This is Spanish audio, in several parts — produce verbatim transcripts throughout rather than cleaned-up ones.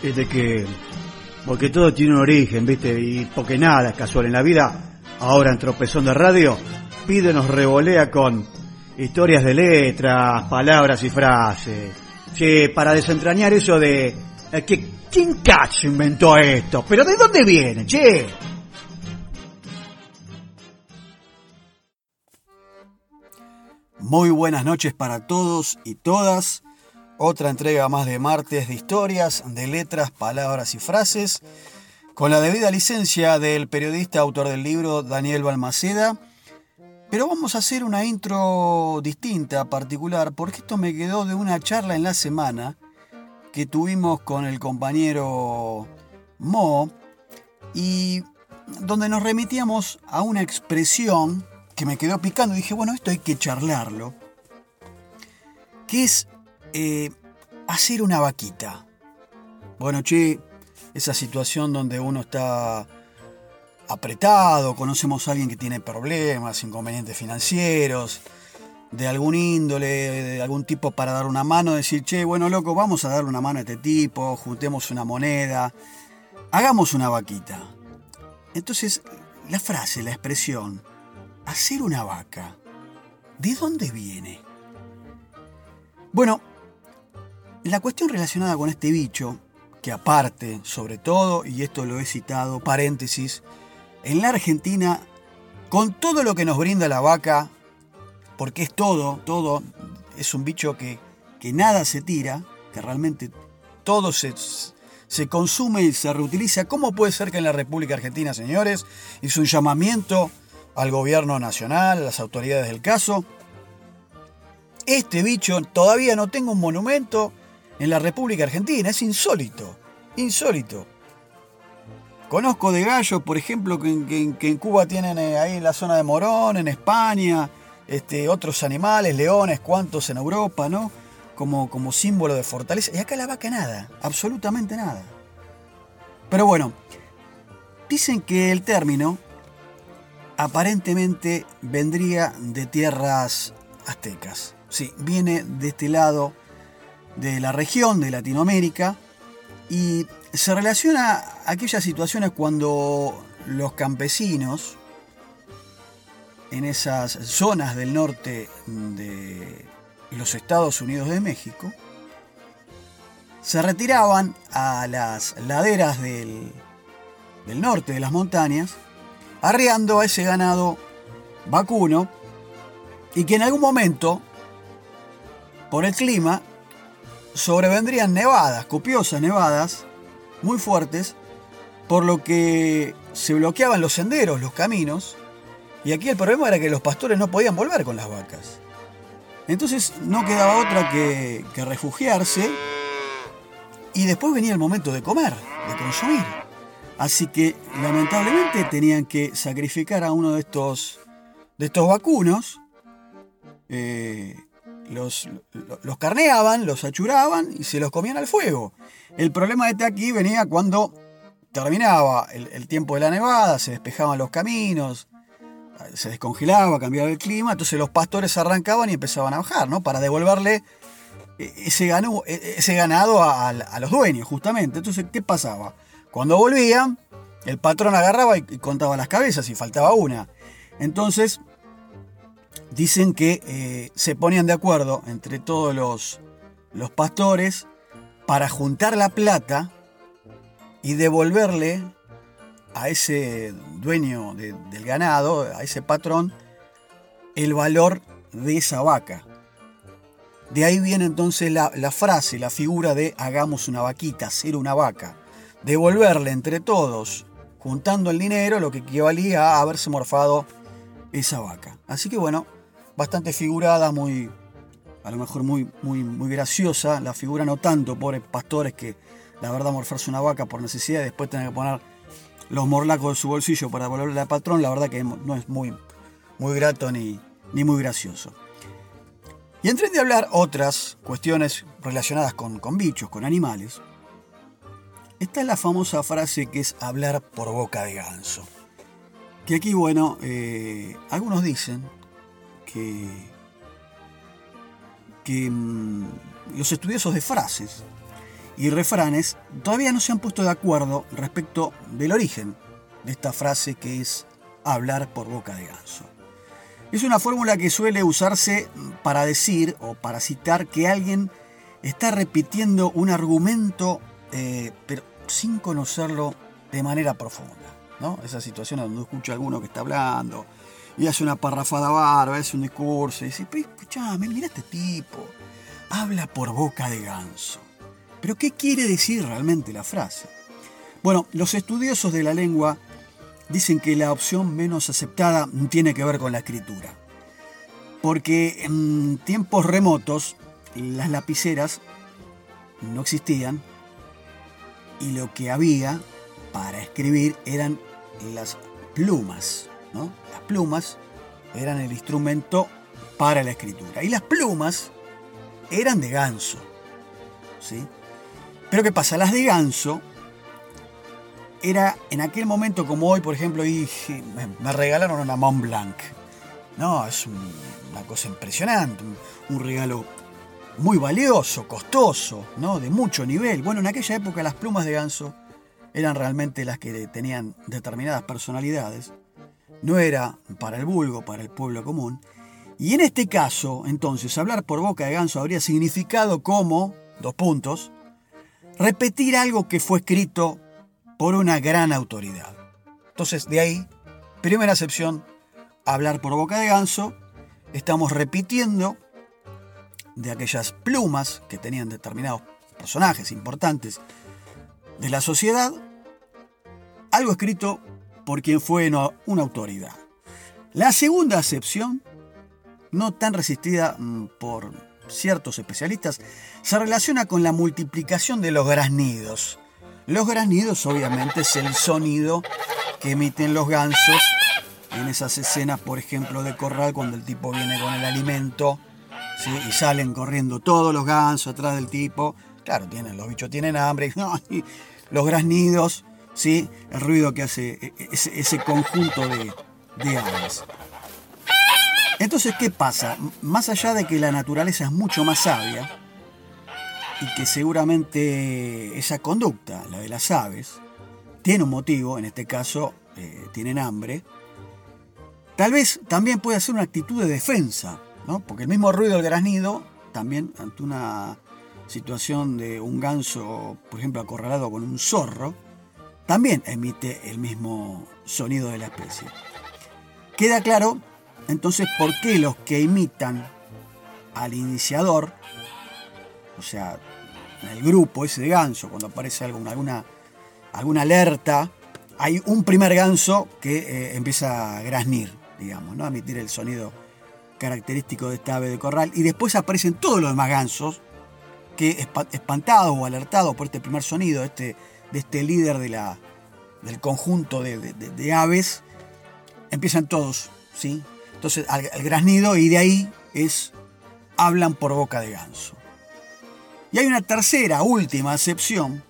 Es de que, porque todo tiene un origen, ¿viste? Y porque nada es casual en la vida. Ahora en Tropezón de Radio, Pide nos revolea con historias de letras, palabras y frases. Che, para desentrañar eso de... eh, que, ¿quién cacho inventó esto? ¿Pero de dónde viene, che? Muy buenas noches para todos y todas. Otra entrega más de martes de historias, de letras, palabras y frases, con la debida licencia del periodista autor del libro Daniel Balmaceda. Pero vamos a hacer una intro distinta, particular, porque esto me quedó de una charla en la semana que tuvimos con el compañero Mo, y donde nos remitíamos a una expresión que me quedó picando y dije, bueno, esto hay que charlarlo, que es eh, hacer una vaquita. Bueno, che, esa situación donde uno está apretado, conocemos a alguien que tiene problemas, inconvenientes financieros, de algún índole, de algún tipo para dar una mano, decir, che, bueno, loco, vamos a darle una mano a este tipo, juntemos una moneda, hagamos una vaquita. Entonces, la frase, la expresión, hacer una vaca, ¿de dónde viene? Bueno, la cuestión relacionada con este bicho, que aparte, sobre todo, y esto lo he citado, paréntesis, en la Argentina, con todo lo que nos brinda la vaca, porque es todo, todo, es un bicho que, que nada se tira, que realmente todo se, se consume y se reutiliza. ¿Cómo puede ser que en la República Argentina, señores, hizo un llamamiento al gobierno nacional, a las autoridades del caso? Este bicho todavía no tenga un monumento en la República Argentina, es insólito, insólito. Conozco de gallos, por ejemplo, que, que, que en Cuba tienen ahí en la zona de Morón, en España, este, otros animales, leones, cuantos en Europa, ¿no? Como, como símbolo de fortaleza. Y acá la vaca nada, absolutamente nada. Pero bueno, dicen que el término aparentemente vendría de tierras aztecas. Sí, viene de este lado de la región de Latinoamérica y se relaciona a aquellas situaciones cuando los campesinos en esas zonas del norte de los Estados Unidos de México se retiraban a las laderas del, del norte de las montañas, arreando a ese ganado vacuno, y que en algún momento, por el clima, sobrevendrían nevadas, copiosas nevadas, muy fuertes, por lo que se bloqueaban los senderos, los caminos, y aquí el problema era que los pastores no podían volver con las vacas. Entonces no quedaba otra que, que refugiarse, y después venía el momento de comer, de consumir. Así que lamentablemente tenían que sacrificar a uno de estos, de estos vacunos, eh, Los, los carneaban, los achuraban y se los comían al fuego. El problema de este aquí venía cuando terminaba el, el tiempo de la nevada, se despejaban los caminos, se descongelaba, cambiaba el clima, entonces los pastores arrancaban y empezaban a bajar, ¿no? Para devolverle ese, ganado, ese ganado a, a los dueños, justamente. Entonces, ¿qué pasaba? Cuando volvían, el patrón agarraba y contaba las cabezas y faltaba una. Entonces, dicen que eh, se ponían de acuerdo entre todos los, los pastores para juntar la plata y devolverle a ese dueño de, del ganado, a ese patrón, el valor de esa vaca. De ahí viene entonces la, la frase, la figura de hagamos una vaquita, hacer una vaca. Devolverle entre todos, juntando el dinero, lo que equivalía a haberse morfado esa vaca. Así que bueno, bastante figurada, muy, a lo mejor muy, muy, muy graciosa. La figura no tanto, pobres pastores que la verdad morfarse una vaca por necesidad y después tener que poner los morlacos de su bolsillo para devolverle al patrón, la verdad que no es muy, muy grato ni, ni muy gracioso. Y entre de hablar otras cuestiones relacionadas con, con bichos, con animales, está la famosa frase que es hablar por boca de ganso. Que aquí, bueno, eh, algunos dicen que, que mmm, los estudiosos de frases y refranes, todavía no se han puesto de acuerdo respecto del origen de esta frase que es hablar por boca de ganso. Es una fórmula que suele usarse para decir o para citar que alguien está repitiendo un argumento, eh, pero sin conocerlo de manera profunda, ¿no? Esa situación donde escucha a alguno que está hablando y hace una parrafada bárbara, hace un discurso y dice, pero escuchame, mira este tipo, habla por boca de ganso. ¿Pero qué quiere decir realmente la frase? Bueno, los estudiosos de la lengua dicen que la opción menos aceptada tiene que ver con la escritura. Porque en tiempos remotos las lapiceras no existían y lo que había para escribir eran las plumas, ¿no? Las plumas eran el instrumento para la escritura. Y las plumas eran de ganso, ¿sí? Pero ¿qué pasa? Las de ganso era en aquel momento como hoy, por ejemplo, y me regalaron una Mont Blanc. No, es un, una cosa impresionante, un, un regalo muy valioso, costoso, ¿no? De mucho nivel. Bueno, en aquella época las plumas de ganso eran realmente las que tenían determinadas personalidades. No era para el vulgo, para el pueblo común. Y en este caso, entonces, hablar por boca de ganso habría significado como, dos puntos, repetir algo que fue escrito por una gran autoridad. Entonces, de ahí, primera acepción, hablar por boca de ganso, estamos repitiendo de aquellas plumas que tenían determinados personajes importantes de la sociedad, algo escrito por quien fue una autoridad. La segunda acepción, no tan resistida por ciertos especialistas, se relaciona con la multiplicación de los graznidos. Los graznidos, obviamente, es el sonido que emiten los gansos en esas escenas, por ejemplo, de corral, cuando el tipo viene con el alimento, ¿sí? Y salen corriendo todos los gansos atrás del tipo. Claro, tienen, los bichos tienen hambre. ¿No? Y los graznidos, ¿sí? El ruido que hace ese, ese conjunto de, de aves. Entonces, ¿qué pasa? Más allá de que la naturaleza es mucho más sabia y que seguramente esa conducta, la de las aves, tiene un motivo, en este caso eh, tienen hambre, tal vez también puede ser una actitud de defensa, ¿no? Porque el mismo ruido del graznido, también ante una situación de un ganso, por ejemplo, acorralado con un zorro, también emite el mismo sonido de la especie. Queda claro entonces por qué los que imitan al iniciador, o sea, en el grupo ese de ganso, cuando aparece alguna, alguna, alguna alerta, hay un primer ganso que eh, empieza a graznir, digamos, ¿no? A emitir el sonido característico de esta ave de corral, y después aparecen todos los demás gansos que, espantados o alertados por este primer sonido, este, de este líder de la, del conjunto de, de, de aves, empiezan todos, ¿sí? Entonces al, al graznido, y de ahí es hablan por boca de ganso. Y hay una tercera, última acepción,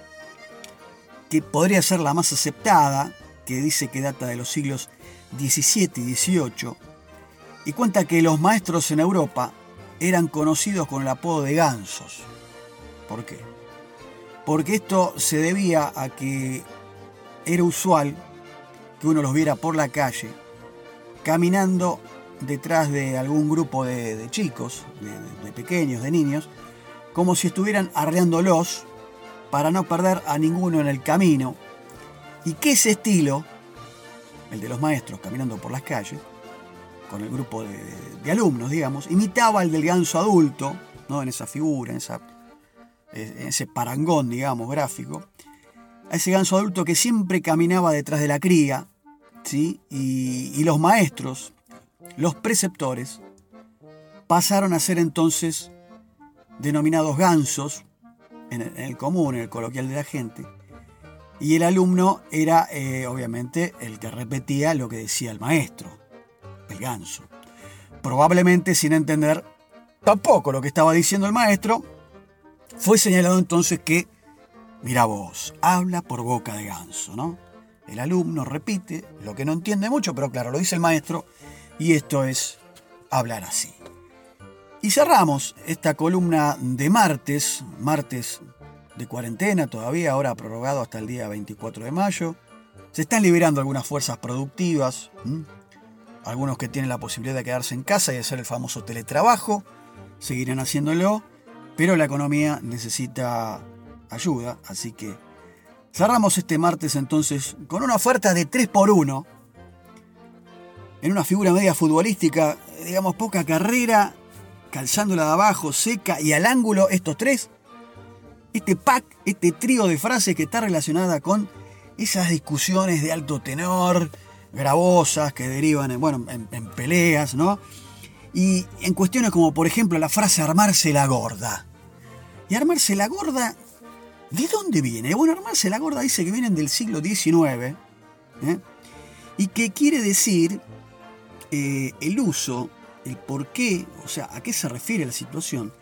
que podría ser la más aceptada, que dice que data de los siglos diecisiete y dieciocho, y cuenta que los maestros en Europa eran conocidos con el apodo de gansos. ¿Por qué? Porque esto se debía a que era usual que uno los viera por la calle caminando detrás de algún grupo de, de chicos, de, de pequeños, de niños, como si estuvieran arreándolos para no perder a ninguno en el camino, y que ese estilo, el de los maestros caminando por las calles, con el grupo de, de, de alumnos, digamos, imitaba el del ganso adulto, ¿no? En esa figura, en, esa, en ese parangón, digamos, gráfico, a ese ganso adulto que siempre caminaba detrás de la cría, ¿sí? Y, y los maestros, los preceptores, pasaron a ser entonces denominados gansos en el, en el común, en el coloquial de la gente, y el alumno era eh, obviamente el que repetía lo que decía el maestro, el ganso, probablemente sin entender tampoco lo que estaba diciendo el maestro. Fue señalado entonces que, mira vos, habla por boca de ganso, ¿no? El alumno repite lo que no entiende mucho, pero claro, lo dice el maestro, y esto es hablar así. Y cerramos esta columna de martes, martes de cuarentena todavía, ahora prorrogado hasta el día veinticuatro de mayo. Se están liberando algunas fuerzas productivas, ¿m? Algunos que tienen la posibilidad de quedarse en casa y hacer el famoso teletrabajo, seguirán haciéndolo, pero la economía necesita ayuda, así que cerramos este martes entonces con una oferta de tres por uno, en una figura media futbolística, digamos poca carrera, calzándola de abajo, seca y al ángulo, estos tres, este pack, este trío de frases que está relacionada con esas discusiones de alto tenor, gravosas, que derivan en, bueno, en, en peleas, ¿no? Y en cuestiones como, por ejemplo, la frase armarse la gorda. Y armarse la gorda, ¿de dónde viene? Bueno, armarse la gorda dice que vienen del siglo diecinueve, ¿eh? Y que quiere decir eh, el uso, el por qué, o sea, a qué se refiere la situación.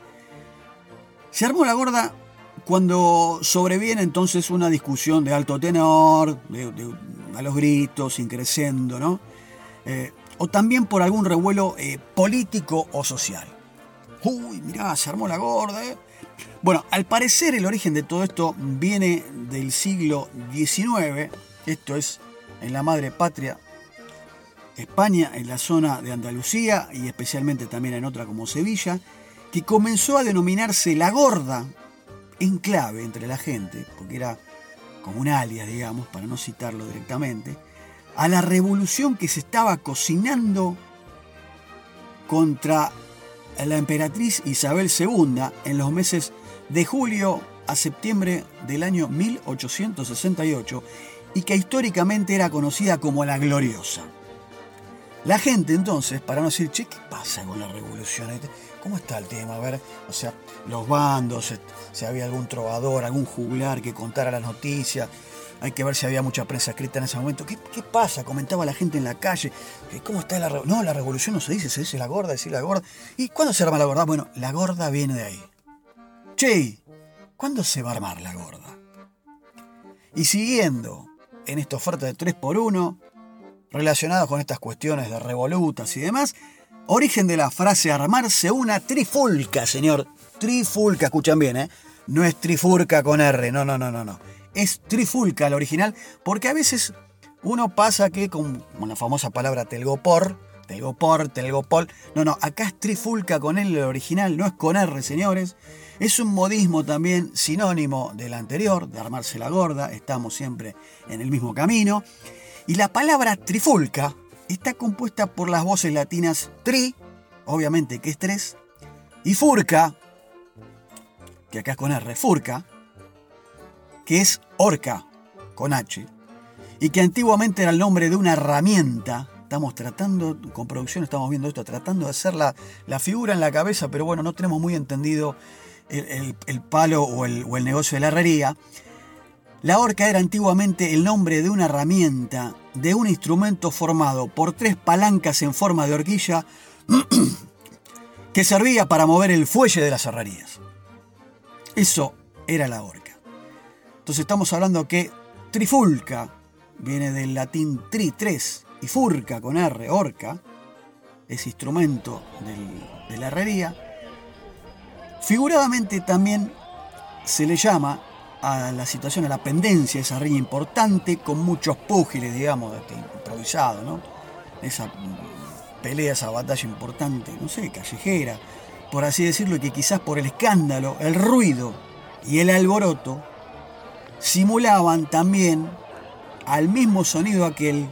Se armó la gorda cuando sobreviene entonces una discusión de alto tenor, de, de, a los gritos, increscendo, ¿no? Eh, o también por algún revuelo eh, político o social. Uy, mirá, se armó la gorda, ¿eh? Bueno, al parecer el origen de todo esto viene del siglo diecinueve, esto es en la madre patria, España, en la zona de Andalucía y especialmente también en otra como Sevilla, que comenzó a denominarse la gorda en clave entre la gente, porque era como un alias, digamos, para no citarlo directamente, a la revolución que se estaba cocinando contra la emperatriz Isabel segunda en los meses de julio a septiembre del año mil ochocientos sesenta y ocho y que históricamente era conocida como la Gloriosa. La gente entonces, para no decir, che, ¿qué pasa con la revolución? ¿Cómo está el tema? A ver, o sea, los bandos, si había algún trovador, algún juglar que contara las noticias, hay que ver si había mucha prensa escrita en ese momento. ¿Qué, qué pasa? Comentaba la gente en la calle. ¿Cómo está la revolución? No, la revolución no se dice, se dice la gorda, decir la gorda. ¿Y cuándo se arma la gorda? Bueno, la gorda viene de ahí. Che, ¿cuándo se va a armar la gorda? Y siguiendo en esta oferta de tres por uno, relacionados con estas cuestiones de revolutas y demás, origen de la frase armarse una trifulca, señor. Trifulca, escuchan bien, ¿eh? No es trifurca con R, no, no, no, no, no. Es trifulca el original, porque a veces uno pasa que con, con la famosa palabra telgopor, telgopor, telgopol, no, no, acá es trifulca con L el original, no es con R, señores. Es un modismo también sinónimo del anterior, de armarse la gorda, estamos siempre en el mismo camino. Y la palabra trifulca está compuesta por las voces latinas tri, obviamente que es tres, y furca, que acá es con R, furca, que es horca, con H, y que antiguamente era el nombre de una herramienta. Estamos tratando, con producción estamos viendo esto, tratando de hacer la, la figura en la cabeza, pero bueno, no tenemos muy entendido el, el, el palo o el, o el negocio de la herrería. La horca era antiguamente el nombre de una herramienta, de un instrumento formado por tres palancas en forma de horquilla que servía para mover el fuelle de las herrerías. Eso era la horca. Entonces estamos hablando que trifulca viene del latín tri, tres, y furca con R, horca, ese instrumento del, de la herrería. Figuradamente también se le llama a la situación, a la pendencia, esa riña importante, con muchos púgiles, digamos, improvisado, ¿no? Esa pelea, esa batalla importante, no sé, callejera, por así decirlo, y que quizás por el escándalo, el ruido y el alboroto, simulaban también al mismo sonido aquel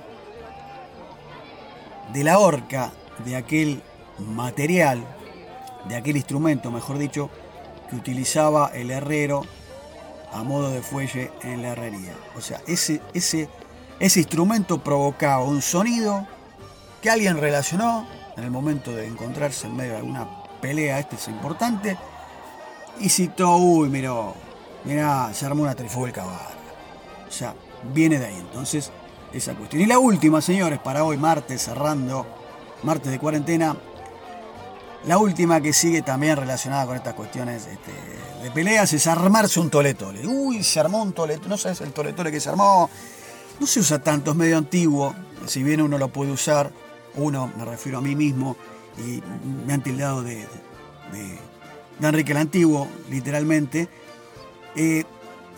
de la horca, de aquel material, de aquel instrumento, mejor dicho, que utilizaba el herrero a modo de fuelle en la herrería. O sea, ese, ese, ese instrumento provocaba un sonido que alguien relacionó en el momento de encontrarse en medio de alguna pelea, este es importante, y citó, uy, miró, mirá, se armó una trifulca bárbara. O sea, viene de ahí entonces esa cuestión. Y la última, señores, para hoy, martes, cerrando, martes de cuarentena, la última que sigue también relacionada con estas cuestiones este, de peleas es armarse un toletole. Uy, se armó un toletole, no sabes el toletole que se armó. No se usa tanto, es medio antiguo, si bien uno lo puede usar, uno, me refiero a mí mismo, y me han tildado de, de, de Enrique el Antiguo, literalmente. Eh,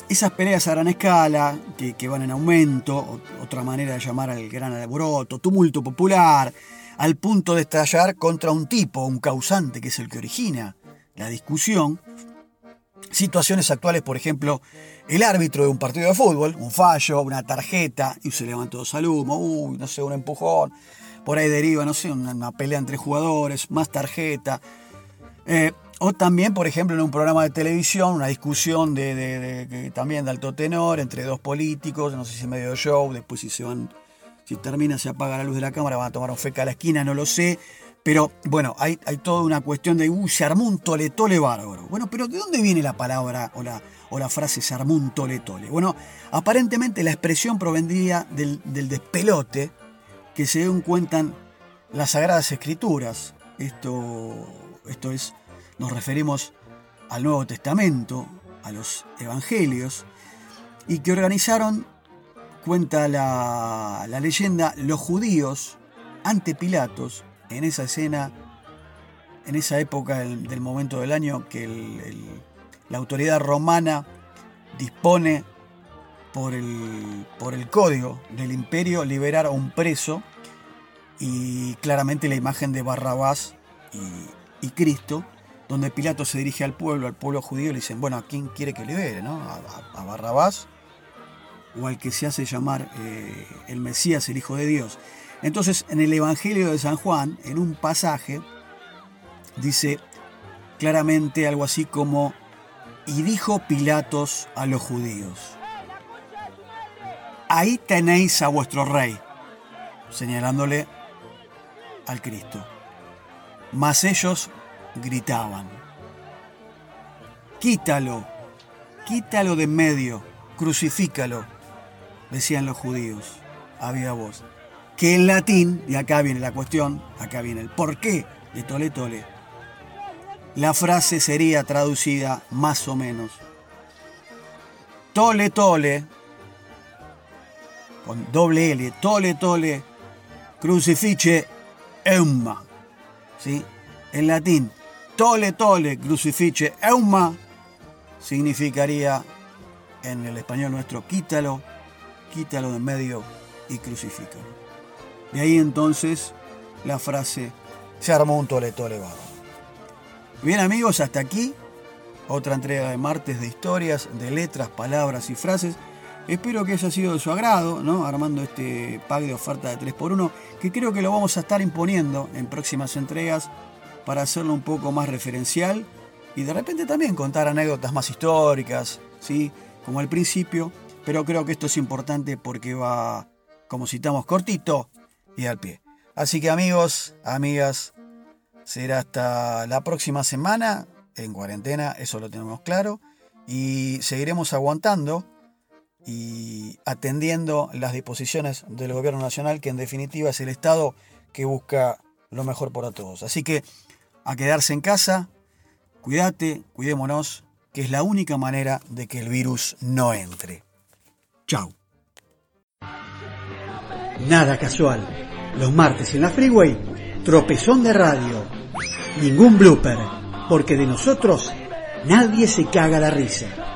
esas peleas a gran escala, que, que van en aumento, otra manera de llamar al gran alboroto, tumulto popular, al punto de estallar contra un tipo, un causante, que es el que origina la discusión. Situaciones actuales, por ejemplo, el árbitro de un partido de fútbol, un fallo, una tarjeta, y se levantó dos al humo, uy, no sé, un empujón, por ahí deriva, no sé, una, una pelea entre jugadores, más tarjeta. Eh, o también, por ejemplo, en un programa de televisión, una discusión de, de, de, de también de alto tenor entre dos políticos, no sé si medio show, después si se van, si termina, se apaga la luz de la cámara, van a tomar un feca a la esquina, no lo sé. Pero bueno, hay, hay toda una cuestión de, uy, se armó un tole tole bárbaro. Bueno, pero ¿de dónde viene la palabra o la, o la frase se armó un tole tole? Bueno, aparentemente la expresión provendría del, del despelote que según cuentan las Sagradas Escrituras. Esto, esto es, nos referimos al Nuevo Testamento, a los Evangelios, y que organizaron, cuenta la, la leyenda, los judíos ante Pilatos, en esa escena, en esa época del, del momento del año que el, el, la autoridad romana dispone por el, por el código del imperio liberar a un preso, y claramente la imagen de Barrabás y, y Cristo, donde Pilato se dirige al pueblo, al pueblo judío, y le dicen, bueno, ¿a quién quiere que libere? ¿No? ¿A, a, a Barrabás o al que se hace llamar eh, el Mesías, el Hijo de Dios? Entonces, en el Evangelio de San Juan, en un pasaje, dice claramente algo así como, y dijo Pilatos a los judíos, ahí tenéis a vuestro rey, señalándole al Cristo. Mas ellos gritaban, quítalo, quítalo de en medio, crucifícalo, decían los judíos a viva voz. Que en latín, y acá viene la cuestión, acá viene el porqué de tole tole, la frase sería traducida más o menos, tole tole, con doble L, tole tole, crucifiche euma, ¿sí? En latín, tole tole, crucifiche euma, significaría en el español nuestro, quítalo, quítalo de en medio y crucifícalo. De ahí entonces la frase, se armó un tole tole bárbaro. Bien amigos, hasta aquí otra entrega de martes de historias, de letras, palabras y frases. Espero que haya sido de su agrado, ¿no? Armando este pack de oferta de tres por uno, que creo que lo vamos a estar imponiendo en próximas entregas para hacerlo un poco más referencial y de repente también contar anécdotas más históricas, ¿sí? Como al principio, pero creo que esto es importante porque va, como citamos, cortito y al pie. Así que amigos, amigas, será hasta la próxima semana en cuarentena, eso lo tenemos claro, y seguiremos aguantando y atendiendo las disposiciones del gobierno nacional, que en definitiva es el Estado que busca lo mejor para todos. Así que a quedarse en casa, cuídate, cuidémonos, que es la única manera de que el virus no entre. Chau. Nada casual. Los martes en la Freeway, tropezón de radio. Ningún blooper, porque de nosotros nadie se caga la risa.